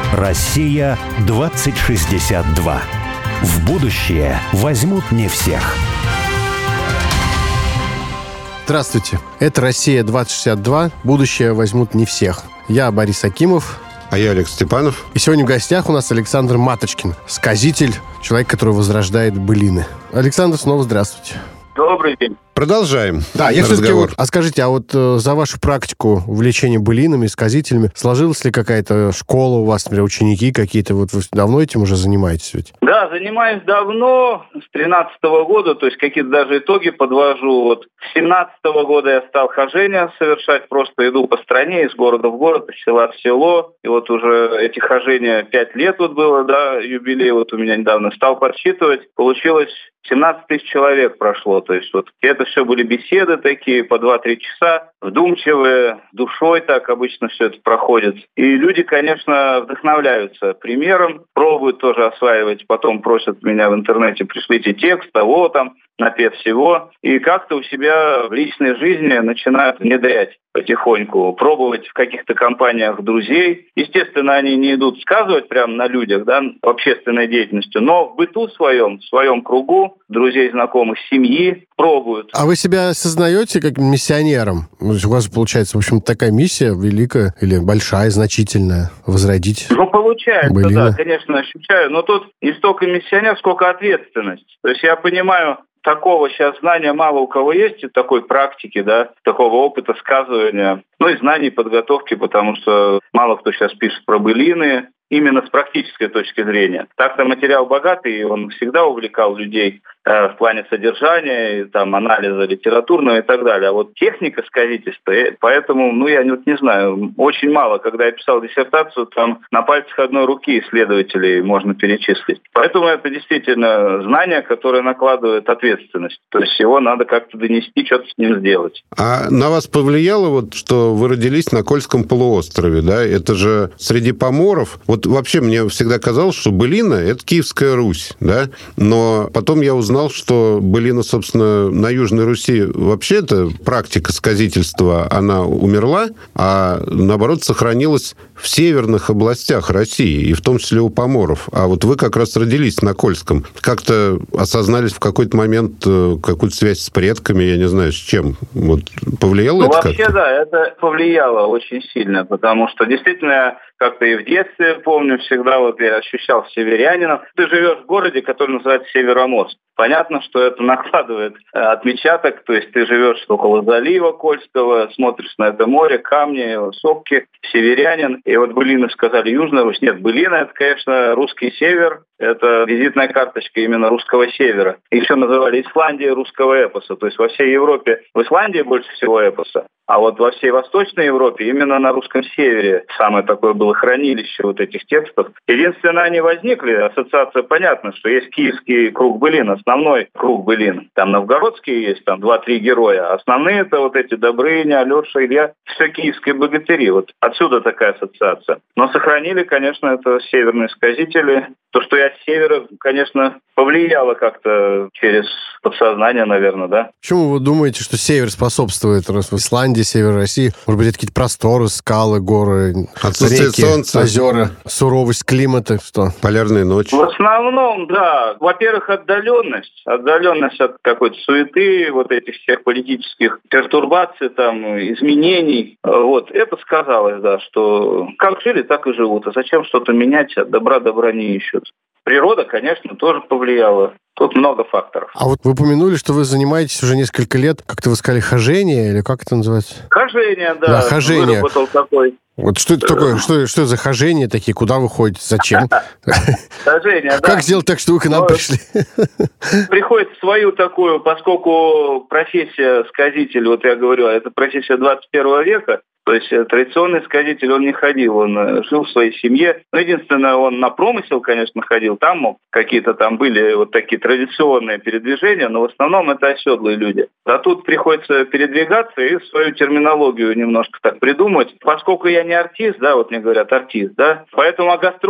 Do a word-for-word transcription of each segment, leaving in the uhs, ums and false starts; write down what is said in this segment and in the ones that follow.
Россия двадцать шестьдесят два. В будущее возьмут не всех. Здравствуйте. Это «Россия двадцать шестьдесят два. Будущее возьмут не всех». Я Борис Акимов. А я Олег Степанов. И сегодня в гостях у нас Александр Маточкин, сказитель, человек, который возрождает былины. Александр, снова здравствуйте. Добрый день. Продолжаем да, я разговор. Вот, а скажите, а вот э, за вашу практику увлечения былинами, сказителями, сложилась ли какая-то школа у вас, например, ученики какие-то? Вот вы давно этим уже занимаетесь ведь? Да, занимаюсь давно, с тринадцатого года, то есть какие-то даже итоги подвожу. Вот с семнадцатого года я стал хожения совершать, просто иду по стране, из города в город, из села в село. И вот уже эти хожения пять лет вот было, да, юбилей вот у меня недавно, стал подсчитывать. Получилось семнадцать тысяч человек прошло, то есть вот это все были беседы такие по два-три часа, вдумчивые, душой так обычно все это проходит. И люди, конечно, вдохновляются примером, пробуют тоже осваивать, потом просят меня в интернете, пришлите текст, того там, напев всего, и как-то у себя в личной жизни начинают внедрять потихоньку, пробовать в каких-то компаниях друзей. Естественно, они не идут сказывать прямо на людях, да, общественной деятельностью, но в быту своем, в своем кругу, друзей, знакомых, семьи пробуют. А вы себя осознаете как миссионером? У вас, получается, в общем, такая миссия великая или большая, значительная, возродить? Ну, получается, былины. Да, конечно, ощущаю. Но тут не столько миссионер, сколько ответственность. То есть я понимаю, такого сейчас знания мало у кого есть, и такой практики, да, такого опыта сказывания, ну и знаний, подготовки, потому что мало кто сейчас пишет про былины, именно с практической точки зрения. Так-то материал богатый, и он всегда увлекал людей э, в плане содержания, и, там, анализа литературного и так далее. А вот техника сказительства, э, поэтому, ну, я вот не знаю, очень мало. Когда я писал диссертацию, там на пальцах одной руки исследователей можно перечислить. Поэтому это действительно знание, которое накладывает ответственность. То есть его надо как-то донести, что-то с ним сделать. А на вас повлияло, вот, что вы родились на Кольском полуострове, да? Это же среди поморов. Вот вообще мне всегда казалось, что былина – это Киевская Русь, да? Но потом я узнал, что былина, собственно, на Южной Руси вообще эта практика сказительства, она умерла, а наоборот сохранилась в северных областях России, и в том числе у поморов. А вот вы как раз родились на Кольском. Как-то осознались в какой-то момент какую-то связь с предками, я не знаю, с чем. Вот повлияло ну, это вообще, как-то? да, это повлияло очень сильно, потому что действительно как-то и в детстве, помню, всегда вот я ощущал северянином. Ты живешь в городе, который называется Североморск. Понятно, что это накладывает отпечаток, то есть ты живешь около залива Кольского, смотришь на это море, камни, сопки, северянин. И вот былины сказали Южная Русь. Нет, былина – это, конечно, русский север, это визитная карточка именно русского севера. Еще называли Исландия русского эпоса, то есть во всей Европе, в Исландии больше всего эпоса, а вот во всей Восточной Европе именно на русском севере самое такое было хранилище вот этих текстов. Единственное, они возникли, ассоциация понятна, что есть киевский круг былин, основной круг былин. Там новгородские есть, там два-три героя. Основные это вот эти Добрыня, Алеша, Илья, все киевские богатыри. Вот отсюда такая ассоциация. Но сохранили, конечно, это северные сказители. То, что я с севера, конечно, повлияло как-то через подсознание, наверное, да. Почему вы думаете, что север способствует? Раз в Исландии, север России, может быть, это какие-то просторы, скалы, горы, отсутствие реки, солнца, озера, суровость климата, что? Полярные ночи. В основном, да. Во-первых, отдаленность. Отдаленность от какой-то суеты, вот этих всех политических пертурбаций, там, изменений. Вот. Это сказалось, да, что как жили, так и живут. А зачем что-то менять? От добра добра не ищут. Природа, конечно, тоже повлияла. Тут много факторов. А вот вы упомянули, что вы занимаетесь уже несколько лет, как-то вы сказали, хожение, или как это называется? Хожение, да. Да, хожение. Выработал такой. Вот что это такое? Что, что за хожения такие? Куда вы ходите? Зачем? Хожение, да. Как сделать так, что вы к нам пришли? Приходится свою такую, поскольку профессия сказитель, вот я говорю, это профессия двадцать первого века, то есть традиционный сказитель, он не ходил, он жил в своей семье. Ну, единственное, он на промысел, конечно, ходил, там мог, какие-то там были вот такие традиционные передвижения, но в основном это оседлые люди. А тут приходится передвигаться и свою терминологию немножко так придумать. Поскольку я не артист, да, вот мне говорят артист, да, поэтому о гастролях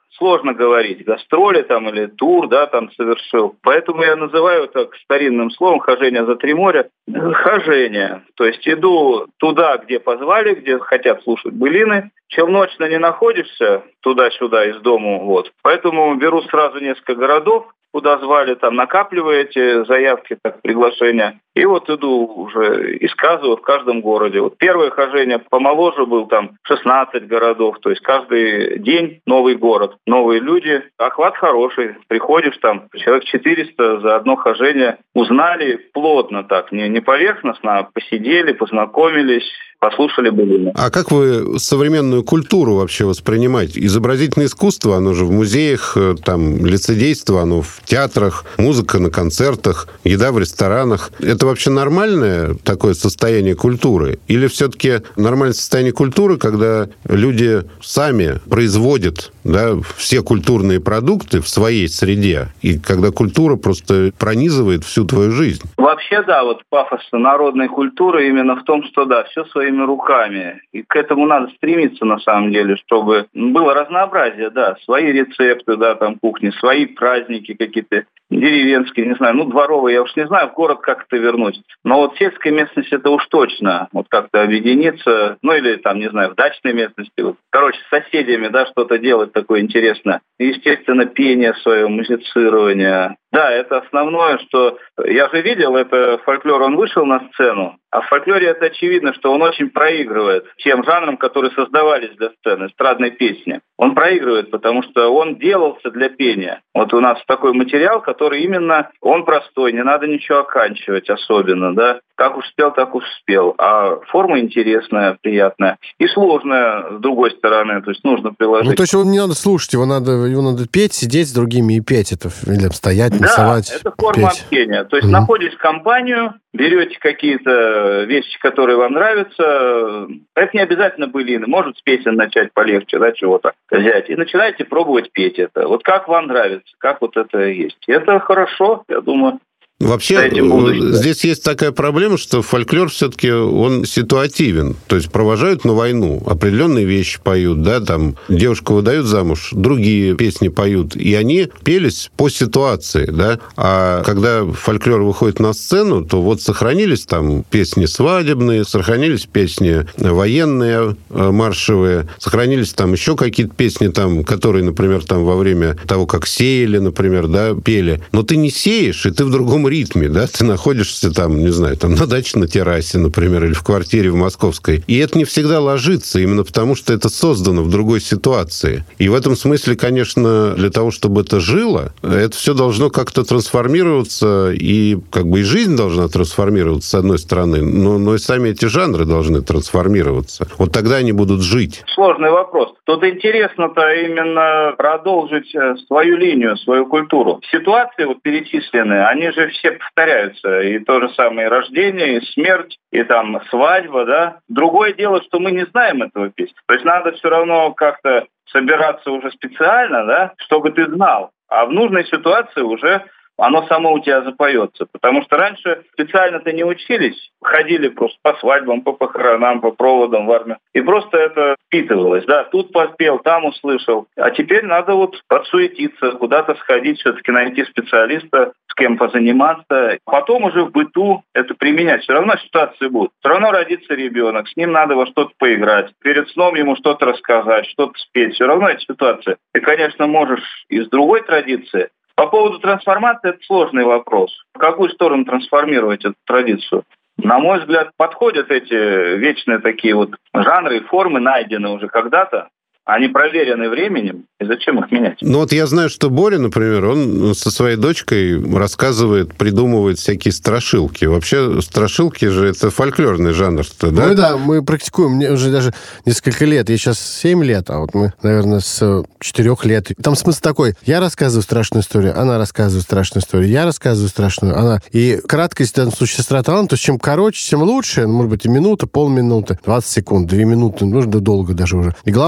сложно говорить, гастроли там или тур, да, там совершил. Поэтому я называю так старинным словом хожение за три моря. Хожение. То есть иду туда, где позвали, где хотят слушать былины. Челночно не находишься туда-сюда из дому, вот. Поэтому беру сразу несколько городов, куда звали, там накапливаете заявки, так, приглашения. И вот иду уже и сказываю в каждом городе. Вот первое хожение помоложе был, там шестнадцать городов, то есть каждый день новый город, новые люди. Охват хороший. Приходишь, там человек четыреста за одно хожение. Узнали плотно так, не, не поверхностно, а посидели, познакомились, послушали былины. А как вы современную культуру вообще воспринимаете? Изобразительное искусство, оно же в музеях, там, лицедейство, оно в театрах, музыка на концертах, еда в ресторанах. Это вообще нормальное такое состояние культуры? Или все-таки нормальное состояние культуры, когда люди сами производят, да, все культурные продукты в своей среде, и когда культура просто пронизывает всю твою жизнь? Вообще, да, вот пафос народной культуры именно в том, что, да, все своими руками. И к этому надо стремиться, на самом деле, чтобы было разнообразие, да, свои рецепты, да, там, кухни, свои праздники какие-то, деревенские, не знаю, ну, дворовые, я уж не знаю, в город как это вернуть. Но вот в сельской местности это уж точно, вот как-то объединиться, ну, или там, не знаю, в дачной местности, вот, короче, с соседями, да, что-то делать такое интересное. И, естественно, пение свое, музицирование. Да, это основное, что я же видел, это фольклор, он вышел на сцену, а в фольклоре это очевидно, что он очень проигрывает тем жанрам, которые создавались для сцены, эстрадной песни. Он проигрывает, потому что он делался для пения. Вот у нас такой материал, который именно, он простой, не надо ничего оканчивать особенно, да. Как уж спел, так уж спел. А форма интересная, приятная. И сложная, с другой стороны, то есть нужно приложить. Ну, то есть его не надо слушать, его надо, его надо петь, сидеть с другими и петь это, или стоять, танцевать, да, это форма петь. Общения. То есть Mm-hmm. находишь компанию, берете какие-то вещи, которые вам нравятся. Это не обязательно былины. Может, с песен начать полегче, да, чего-то взять. И начинаете пробовать петь это. Вот как вам нравится, как вот это есть. Это хорошо, я думаю. Вообще, здесь есть такая проблема, что фольклор все-таки он ситуативен. То есть провожают на войну, определенные вещи поют, да, там девушку выдают замуж, другие песни поют, и они пелись по ситуации, да. А когда фольклор выходит на сцену, то вот сохранились там песни свадебные, сохранились песни военные, маршевые, сохранились там еще какие-то песни, там, которые, например, там во время того, как сеяли, например, да, пели. Но ты не сеешь, и ты в другом ритме, да, ты находишься там, не знаю, там на даче на террасе, например, или в квартире в Московской. И это не всегда ложится, именно потому что это создано в другой ситуации. И в этом смысле, конечно, для того, чтобы это жило, это все должно как-то трансформироваться, и как бы и жизнь должна трансформироваться, с одной стороны, но, но и сами эти жанры должны трансформироваться. Вот тогда они будут жить. Сложный вопрос. Тут интересно-то именно продолжить свою линию, свою культуру. Ситуации вот перечисленные, они же все повторяются. И то же самое и рождение, и смерть, и там свадьба, да. Другое дело, что мы не знаем этого песни. То есть надо все равно как-то собираться уже специально, да, чтобы ты знал. А в нужной ситуации уже оно само у тебя запоется. Потому что раньше специально-то не учились, ходили просто по свадьбам, по похоронам, по проводам в армию. И просто это впитывалось. Да, тут поспел, там услышал. А теперь надо вот подсуетиться, куда-то сходить, все-таки найти специалиста, с кем позаниматься. Потом уже в быту это применять. Все равно ситуации будут. Все равно родится ребенок, с ним надо во что-то поиграть. Перед сном ему что-то рассказать, что-то спеть. Все равно эта ситуация. Ты, конечно, можешь из другой традиции. По поводу трансформации, это сложный вопрос. В какую сторону трансформировать эту традицию? На мой взгляд, подходят эти вечные такие вот жанры и формы, найденные уже когда-то. Они проверены временем, и зачем их менять? Ну вот я знаю, что Боря, например, он со своей дочкой рассказывает, придумывает всякие страшилки. Вообще страшилки же это фольклорный жанр-то, да? Ну да, мы практикуем, мне уже даже несколько лет, я сейчас семь лет, а вот мы, наверное, с четырех лет. Там смысл такой, я рассказываю страшную историю, она рассказывает страшную историю, я рассказываю страшную, она. И краткость в данном случае сестра таланта, то есть чем короче, тем лучше, может быть, и минута, полминуты, двадцать секунд, две минуты, нужно долго даже уже. И главное, чтобы она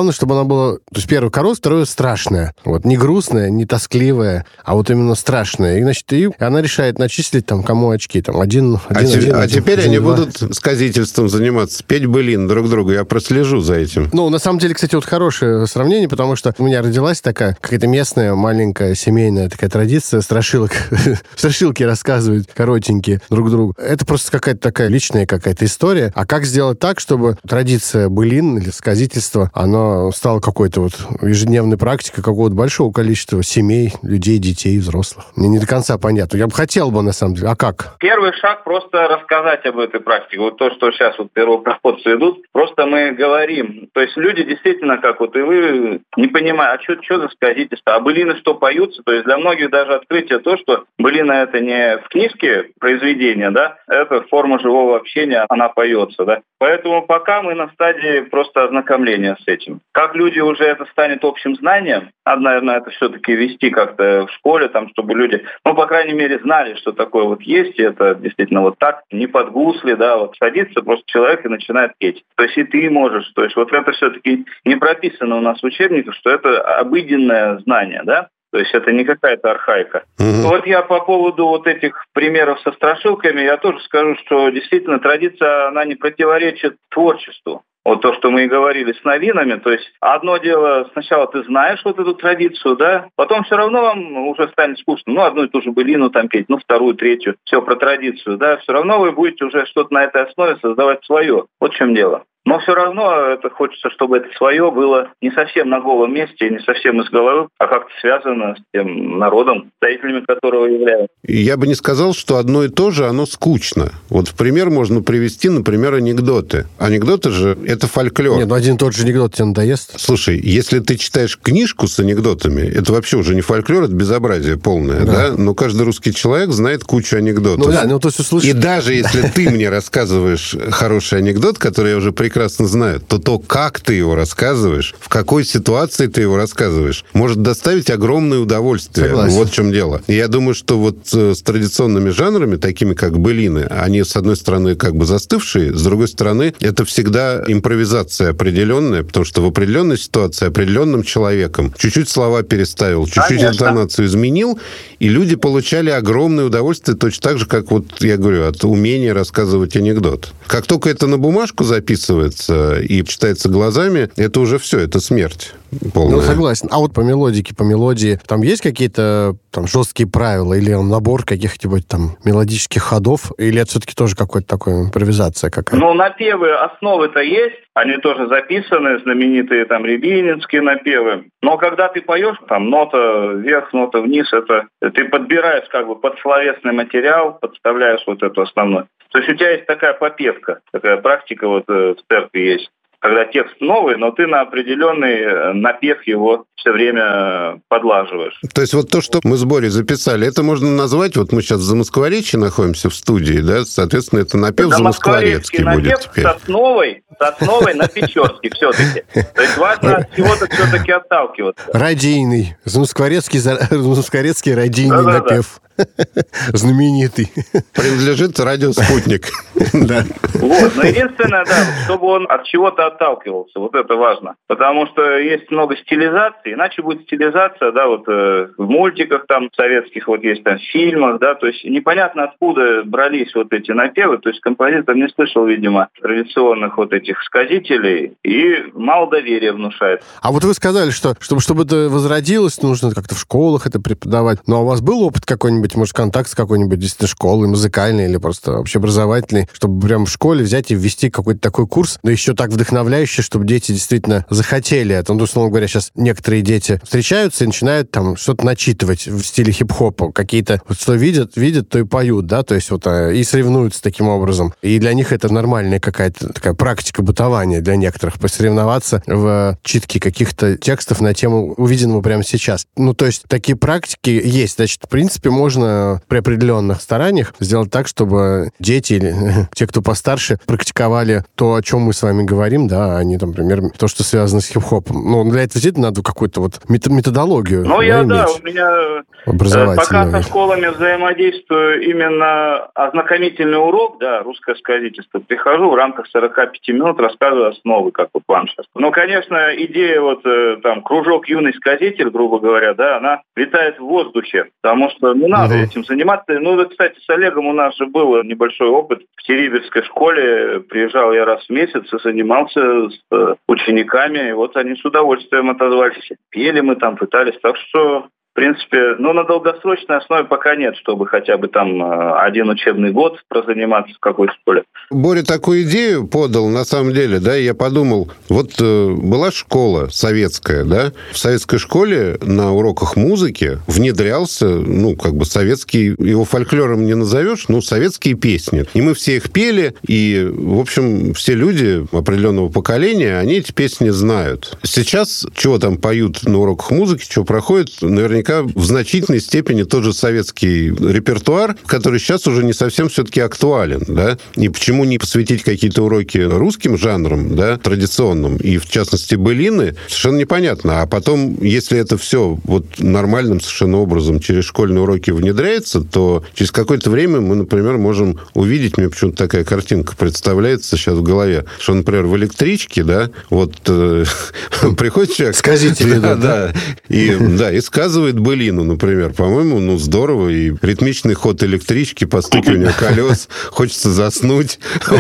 было... То есть первое короткое, второе страшное. Вот, не грустное, не тоскливое, а вот именно страшное. И, значит, и она решает начислить там кому очки. Там один, а один, те, один, а один, теперь один, они два. будут сказительством заниматься, петь былин друг другу. Я прослежу за этим. Ну, на самом деле, кстати, вот хорошее сравнение, потому что у меня родилась такая какая-то местная, маленькая, семейная такая традиция страшилок. Страшилки рассказывают коротенькие друг другу. Это просто какая-то такая личная какая-то история. А как сделать так, чтобы традиция былин или сказительства, она стала какой-то вот ежедневной практикой какого-то большого количества семей, людей, детей, взрослых? Мне не до конца понятно. Я бы хотел бы, на самом деле. А как? Первый шаг просто рассказать об этой практике. Вот то, что сейчас вот первопроходцы идут, просто мы говорим. То есть люди действительно, как вот и вы, не понимают, а что, что за сказительство? А былины что поются? То есть для многих даже открытие то, что былина это не в книжке произведение, да, это форма живого общения, она поется, да. Поэтому пока мы на стадии просто ознакомления с этим. Как люди уже это станет общим знанием, надо, наверное, это все-таки вести как-то в школе, там, чтобы люди, ну, по крайней мере, знали, что такое вот есть, и это действительно вот так, не под гусли, да, вот садится просто человек и начинает петь. То есть и ты можешь, то есть вот это все-таки не прописано у нас в учебниках, что это обыденное знание, да. То есть это не какая-то архаика. Mm-hmm. Вот я по поводу вот этих примеров со страшилками, я тоже скажу, что действительно традиция, она не противоречит творчеству. Вот то, что мы и говорили с новинами, то есть одно дело, сначала ты знаешь вот эту традицию, да, потом все равно вам уже станет скучно, ну, одну и ту же былину там петь, ну, вторую, третью, все про традицию, да, все равно вы будете уже что-то на этой основе создавать свое. Вот в чем дело. Но все равно это хочется, чтобы это свое было не совсем на голом месте, не совсем из головы, а как-то связано с тем народом, строителями которого являются. Я бы не сказал, что одно и то же, оно скучно. Вот в пример можно привести, например, анекдоты. Анекдоты же — это фольклор. Нет, ну один и тот же анекдот тебе надоест. Слушай, если ты читаешь книжку с анекдотами, это вообще уже не фольклор, это безобразие полное, да? да? Но каждый русский человек знает кучу анекдотов. Ну да, ну то есть услышишь... И даже если ты мне рассказываешь хороший анекдот, который я уже прекрасно прекрасно знают, то то, как ты его рассказываешь, в какой ситуации ты его рассказываешь, может доставить огромное удовольствие. Согласен. Вот в чем дело. И я думаю, что вот с традиционными жанрами, такими как былины, они, с одной стороны, как бы застывшие, с другой стороны, это всегда импровизация определенная, потому что в определенной ситуации определенным человеком чуть-чуть слова переставил, чуть-чуть Конечно. интонацию изменил, и люди получали огромное удовольствие, точно так же, как вот, я говорю, от умения рассказывать анекдот. Как только это на бумажку записывается и читается глазами, это уже все, это смерть полная. Ну, согласен. А вот по мелодике, по мелодии, там есть какие-то там жесткие правила или набор каких-нибудь там мелодических ходов, или это все-таки тоже какой-то такой импровизация какая-то? Ну, напевы, основы-то есть, они тоже записаны, знаменитые там рябининские напевы. Но когда ты поешь, там нота вверх, нота вниз, это ты подбираешь как бы под словесный материал, подставляешь вот эту основную. То есть у тебя есть такая попевка, такая практика вот в церкви есть, когда текст новый, но ты на определенный напев его все время подлаживаешь. То есть вот то, что мы с Борей записали, это можно назвать, вот мы сейчас в Замоскворечье находимся в студии, да, соответственно, это напев замоскворецкий будет теперь. Сосновой, сосновой на Печорске все-таки. То есть важно от чего-то все-таки отталкиваться. Радийный. Замоскворецкий, Замоскворецкий радийный Да-да-да. напев. Знаменитый. Принадлежит радио «Спутник». Да. Вот, но единственное, да, чтобы он от чего-то отталкивался, вот это важно. Потому что есть много стилизаций, иначе будет стилизация, да, вот э, в мультиках там советских, вот есть там в фильмах, да, то есть непонятно откуда брались вот эти напевы, то есть композитор не слышал, видимо, традиционных вот этих сказителей и мало доверия внушает. А вот вы сказали, что чтобы, чтобы это возродилось, нужно как-то в школах это преподавать. Но а у вас был опыт какой-нибудь, может, контакт с какой-нибудь действительно школой, музыкальной или просто общеобразовательной, чтобы прям в школе взять и ввести какой-то такой курс, но еще так вдохновляющий, чтобы дети действительно захотели это. Ну, условно говоря, сейчас некоторые дети встречаются и начинают там что-то начитывать в стиле хип-хопа. Какие-то, вот что видят, видят, то и поют, да, то есть вот и соревнуются таким образом. И для них это нормальная какая-то такая практика бытования для некоторых, посоревноваться в читке каких-то текстов на тему увиденного прямо сейчас. Ну, то есть такие практики есть. Значит, в принципе, можно можно при определенных стараниях сделать так, чтобы дети или те, кто постарше, практиковали то, о чем мы с вами говорим, да, а не, там, например, то, что связано с хип-хопом. Ну, для этого действительно надо какую-то вот методологию. Ну, я, да, у меня пока со школами взаимодействую именно ознакомительный урок, да, русское сказительство. Прихожу, в рамках сорок пять минут рассказываю основы, как вот вам сейчас. Ну, конечно, идея вот там кружок «Юный сказитель», грубо говоря, да, она летает в воздухе, потому что не надо угу. этим заниматься. Ну, да, кстати, с Олегом у нас же был небольшой опыт. В Териберской школе приезжал я раз в месяц и занимался с учениками, и вот они с удовольствием отозвались. Пели мы там, пытались, так что... В принципе, ну, на долгосрочной основе пока нет, чтобы хотя бы там один учебный год прозаниматься в какой-то школе. Боря такую идею подал, на самом деле, да, и я подумал, вот э, была школа советская, да, в советской школе на уроках музыки внедрялся, ну, как бы советский, его фольклором не назовешь, ну, советские песни. И мы все их пели, и, в общем, все люди определенного поколения, они эти песни знают. Сейчас, чего там поют на уроках музыки, что проходит, наверняка в значительной степени тот же советский репертуар, который сейчас уже не совсем все-таки актуален, да, и почему не посвятить какие-то уроки русским жанрам, да, традиционным, и в частности былины, совершенно непонятно. А потом, если это все вот нормальным совершенно образом через школьные уроки внедряется, то через какое-то время мы, например, можем увидеть, мне почему-то такая картинка представляется сейчас в голове, что, например, в электричке, да, вот э, приходит человек... Сказители, да, да, и, да, и сказывает былину, например. По-моему, ну, здорово. И ритмичный ход электрички, постукивание колес. Хочется заснуть.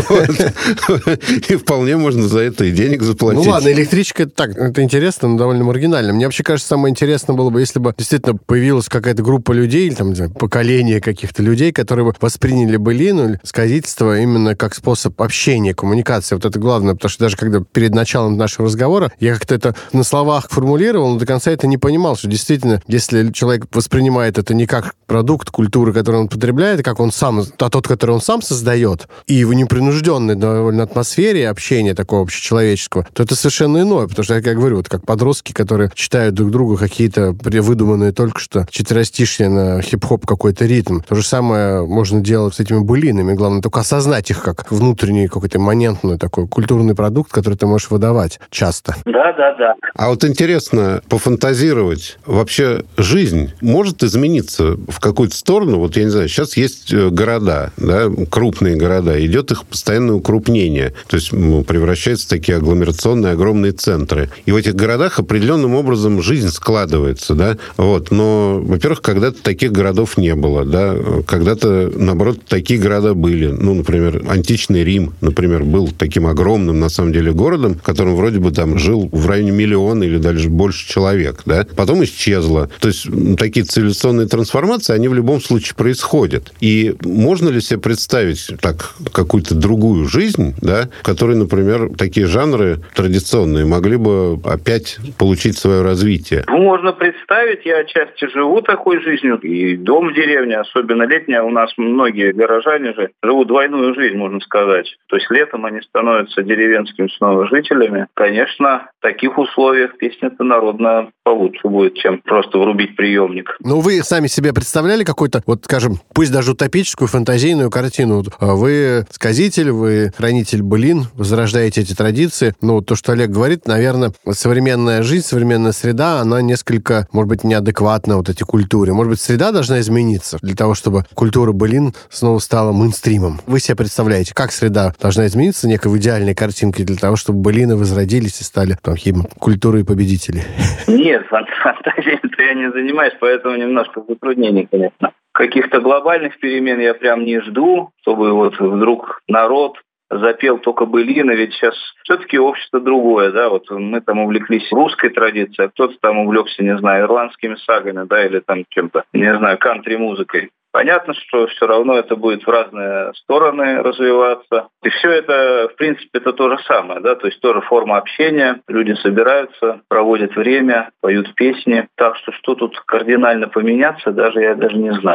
И вполне можно за это и денег заплатить. Ну, ладно, электричка, это так, это интересно, но довольно маргинально. Мне вообще кажется, самое интересное было бы, если бы действительно появилась какая-то группа людей, или, там, не знаю, поколение каких-то людей, которые бы восприняли былину, сказительство именно как способ общения, коммуникации. Вот это главное, потому что даже когда перед началом нашего разговора я как-то это на словах формулировал, но до конца это не понимал, что действительно, если человек воспринимает это не как продукт культуры, который он потребляет, как он сам, а тот, который он сам создает, и в непринужденной довольно атмосфере общения такого общечеловеческого, то это совершенно иное, потому что, как я говорю, вот как подростки, которые читают друг другу какие-то выдуманные только что четверостишья на хип-хоп какой-то ритм. То же самое можно делать с этими былинами. Главное только осознать их как внутренний какой-то имманентный такой культурный продукт, который ты можешь выдавать часто. Да, да, да. А вот интересно пофантазировать. Вообще жизнь может измениться в какую-то сторону? Вот, я не знаю, сейчас есть города, да, крупные города, идет их постоянное укрупнение. То есть ну, превращаются в такие агломерационные огромные центры. И в этих городах определенным образом жизнь складывается, да. Вот. Но, во-первых, когда-то таких городов не было, да. Когда-то, наоборот, такие города были. Ну, например, античный Рим, например, был таким огромным, на самом деле, городом, в котором вроде бы там жил в районе миллиона или даже больше человек, да. Потом исчезло. То есть такие цивилизационные трансформации, они в любом случае происходят. И можно ли себе представить так какую-то другую жизнь, да, в которой, например, такие жанры традиционные могли бы опять получить свое развитие? Ну, можно представить. Я отчасти живу такой жизнью. И дом в деревне, особенно летняя, у нас многие горожане же живут двойную жизнь, можно сказать. То есть летом они становятся деревенскими снова жителями. Конечно, в таких условиях песня-то народная получше будет, чем просто врубить приемник. Ну, вы сами себе представляли какую-то, вот, скажем, пусть даже утопическую, фантазийную картину? Вы сказитель, вы хранитель былин, возрождаете эти традиции. Ну, то, что Олег говорит, наверное, современная жизнь, современная среда, она несколько, может быть, неадекватна вот этой культуре. Может быть, среда должна измениться для того, чтобы культура былин снова стала мейнстримом. Вы себе представляете, как среда должна измениться некой в идеальной картинке для того, чтобы былины возродились и стали там, культурой победителей? Нет, фантазией-то я не занимаюсь, поэтому немножко затруднений, конечно. Каких-то глобальных перемен я прям не жду, чтобы вот вдруг народ запел только былины, ведь сейчас все-таки общество другое, да, вот мы там увлеклись русской традицией, а кто-то там увлекся, не знаю, ирландскими сагами, да, или там чем-то, не знаю, кантри-музыкой. Понятно, что все равно это будет в разные стороны развиваться. И все это, в принципе, это то же самое, да, то есть тоже форма общения. Люди собираются, проводят время, поют песни. Так что что тут кардинально поменяться, даже я даже не знаю.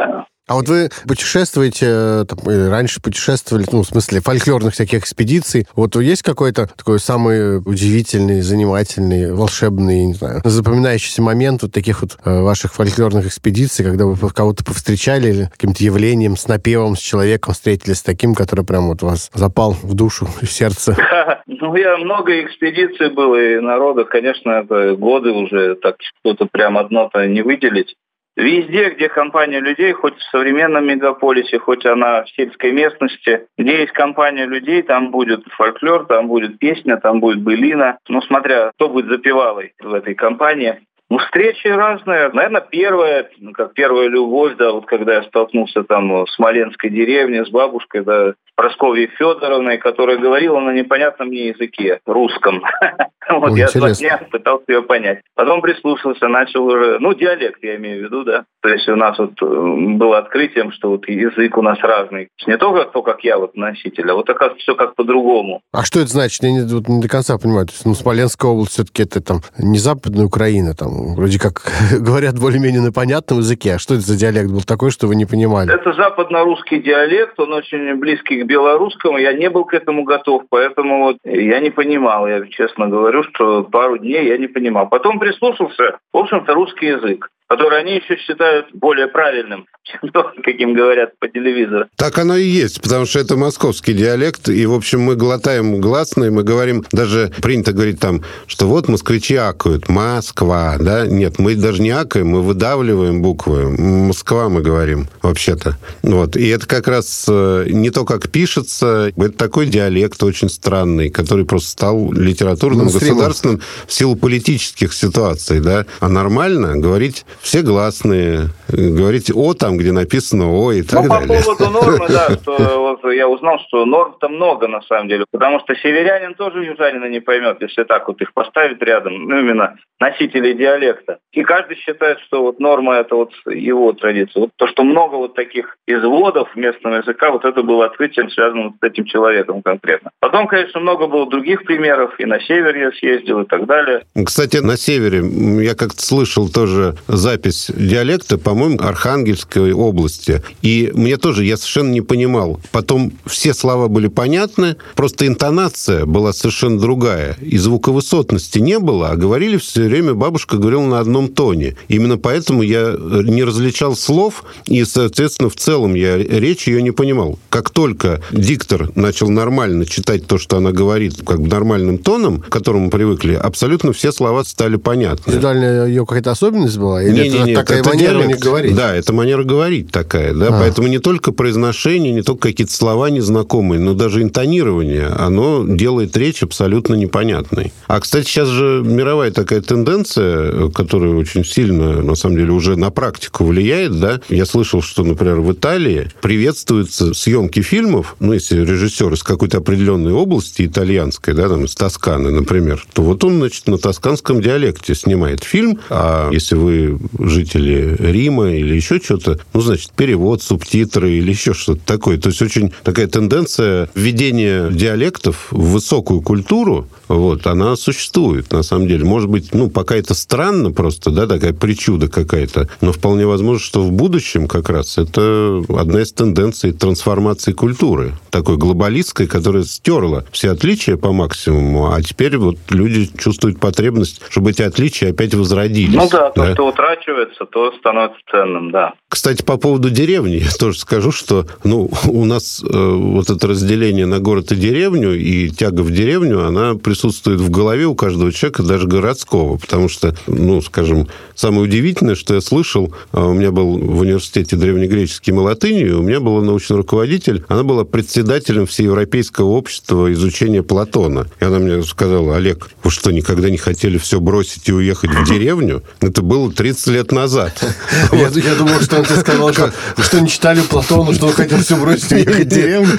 А вот вы путешествуете, там, раньше путешествовали, ну, в смысле, фольклорных всяких экспедиций. Вот есть какой-то такой самый удивительный, занимательный, волшебный, не знаю, запоминающийся момент вот таких вот э, ваших фольклорных экспедиций, когда вы кого-то повстречали или каким-то явлением, с напевом, с человеком встретились, с таким, который прям вот вас запал в душу, в сердце? Ну, я много экспедиций было, и народа, конечно, это годы уже, так что-то прям одно-то не выделить. Везде, где компания людей, хоть в современном мегаполисе, хоть она в сельской местности, где есть компания людей, там будет фольклор, там будет песня, там будет былина. Ну, смотря, кто будет запевалой в этой компании. Ну, встречи разные. Наверное, первая, ну, как первая любовь, да, вот когда я столкнулся там в Смоленской деревне с бабушкой, да, Прасковьей Федоровной, которая говорила на непонятном мне языке, русском. Вот я два дня пытался ее понять. Потом прислушался, начал уже, ну, диалект я имею в виду, да. То есть у нас вот было открытием, что вот язык у нас разный. Не только то, как я вот носитель, а вот оказывается все как по-другому. А что это значит? Я не, вот, не до конца понимаю. То есть, ну, Смоленская область все-таки это там не Западная Украина, там вроде как говорят более-менее на понятном языке. А что это за диалект был такой, что вы не понимали? Это западно-русский диалект, он очень близкий к белорусскому. Я не был к этому готов, поэтому вот я не понимал, я честно говорю, что пару дней я не понимал. Потом прислушался, в общем-то, русский язык, который они еще считают более правильным, чем то, каким говорят по телевизору. Так оно и есть, потому что это московский диалект, и, в общем, мы глотаем гласные, мы говорим, даже принято говорить там, что вот москвичи акают, Москва, да? Нет, мы даже не акаем, мы выдавливаем буквы. Москва мы говорим, вообще-то. Вот. И это как раз не то, как пишется, это такой диалект очень странный, который просто стал литературным, государственным в силу политических ситуаций, да? А нормально говорить все гласные, говорить «о» там, где написано «о» и так ну, далее. по поводу нормы, да, что вот я узнал, что норм-то много на самом деле, потому что северянин тоже южанина не поймет, если так вот их поставить рядом, ну, именно носителей диалекта. И каждый считает, что вот норма — это вот его традиция. Вот то, что много вот таких изводов местного языка, вот это было открытием, связанным с этим человеком конкретно. Потом, конечно, много было других примеров, и на север я съездил, и так далее. Кстати, на севере я как-то слышал тоже запись диалекта, по-моему, Архангельской области. И мне тоже, я совершенно не понимал. Потом все слова были понятны, просто интонация была совершенно другая. И звуковысотности не было, а говорили все время, бабушка говорила на одном тоне. Именно поэтому я не различал слов, и, соответственно, в целом я речь ее не понимал. Как только диктор начал нормально читать то, что она говорит, как бы нормальным тоном, к которому привыкли, абсолютно все слова стали понятны. Индивидуальная ее какая-то особенность была? Или не, это не, не, такая это манера диалект. у них говорить? Да, это манера говорить такая, да, а. Поэтому не только произношение, не только какие-то слова незнакомые, но даже интонирование, оно делает речь абсолютно непонятной. А, кстати, сейчас же мировая такая тенденция, которая очень сильно, на самом деле, уже на практику влияет, да. Я слышал, что, например, в Италии приветствуются съемки фильмов, ну, если режиссер из какой-то определенной области итальянской, да, там, из Тосканы, например, то вот он, значит, на тосканском диалекте снимает фильм, а если вы жители Рима или еще что-то, ну, значит, перевод, субтитры или еще что-то такое. То есть очень такая тенденция введения диалектов в высокую культуру, вот, она существует, на самом деле. Может быть, ну, пока это странно просто, да, такая причуда какая-то, но вполне возможно, что в будущем как раз это одна из тенденций трансформации культуры, такой глобалистской, которая стерла все отличия по максимуму, а теперь вот люди чувствуют потребность, чтобы эти отличия опять возродились. Ну да, то, да? Что утрачивается, то становится ценным, да. Кстати, по поводу деревни я тоже скажу, что ну, у нас э, вот это разделение на город и деревню, и тяга в деревню, она присутствует в голове у каждого человека, даже городского, потому что, ну, скажем, самое удивительное, что я слышал, у меня был в университете древнегреческий и латынью, у меня была научный руководитель, она была председателем Всеевропейского общества изучения Платона. И она мне сказала: Олег, вы что, никогда не хотели все бросить и уехать в деревню? Это было тридцать лет назад. Я думал, что он тебе сказал, что не читали Платона, что он хотел все бросить и уехать в деревню.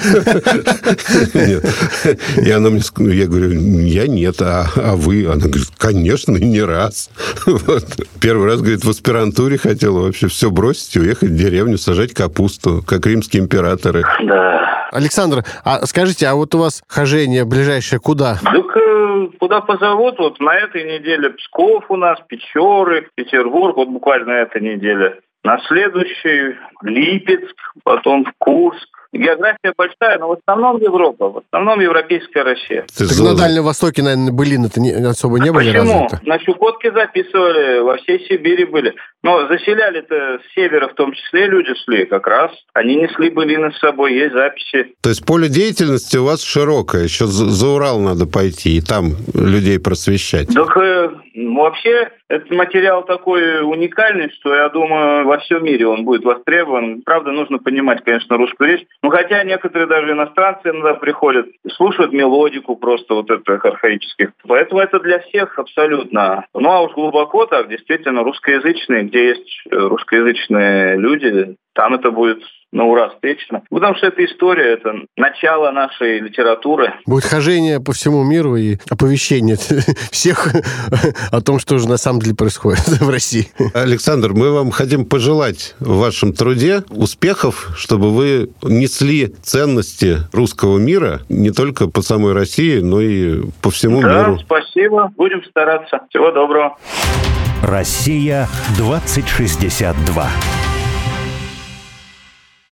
Нет. И она мне сказала, я говорю, я нет, а, а вы? Она говорит, конечно, и не раз. Вот. Первый раз, говорит, в аспирантуре хотела вообще все бросить и уехать в деревню, сажать капусту, как римские императоры. Да. Александр, а скажите, а вот у вас хожение ближайшее куда? Так куда позовут, вот на этой неделе Псков у нас, Печоры, Петербург, вот буквально на этой неделе. на следующий Липецк, потом в Курск. География большая, но в основном Европа, в основном европейская Россия. Так за... на Дальнем Востоке, наверное, былины-то не, особо не были Почему? развиты? На Чукотке записывали, во всей Сибири были. Но заселяли-то с севера в том числе люди шли как раз. Они несли былины с собой, есть записи. То есть поле деятельности у вас широкое. Еще за Урал надо пойти и там людей просвещать. Так э, вообще этот материал такой уникальный, что, я думаю, во всем мире он будет востребован. Правда, нужно понимать, конечно, русскую речь. Ну, хотя некоторые даже иностранцы иногда приходят и слушают мелодику просто вот этих архаических. Поэтому это для всех абсолютно. Ну, а уж глубоко так, действительно, русскоязычные, где есть русскоязычные люди, там это будет на ура встречно. Потому что эта история, это начало нашей литературы. Будет хожение по всему миру и оповещение всех о том, что же на самом деле происходит в России. Александр, мы вам хотим пожелать в вашем труде успехов, чтобы вы несли ценности русского мира не только по самой России, но и по всему да, миру. Да, спасибо. Будем стараться. Всего доброго. Россия двадцать шестьдесят два.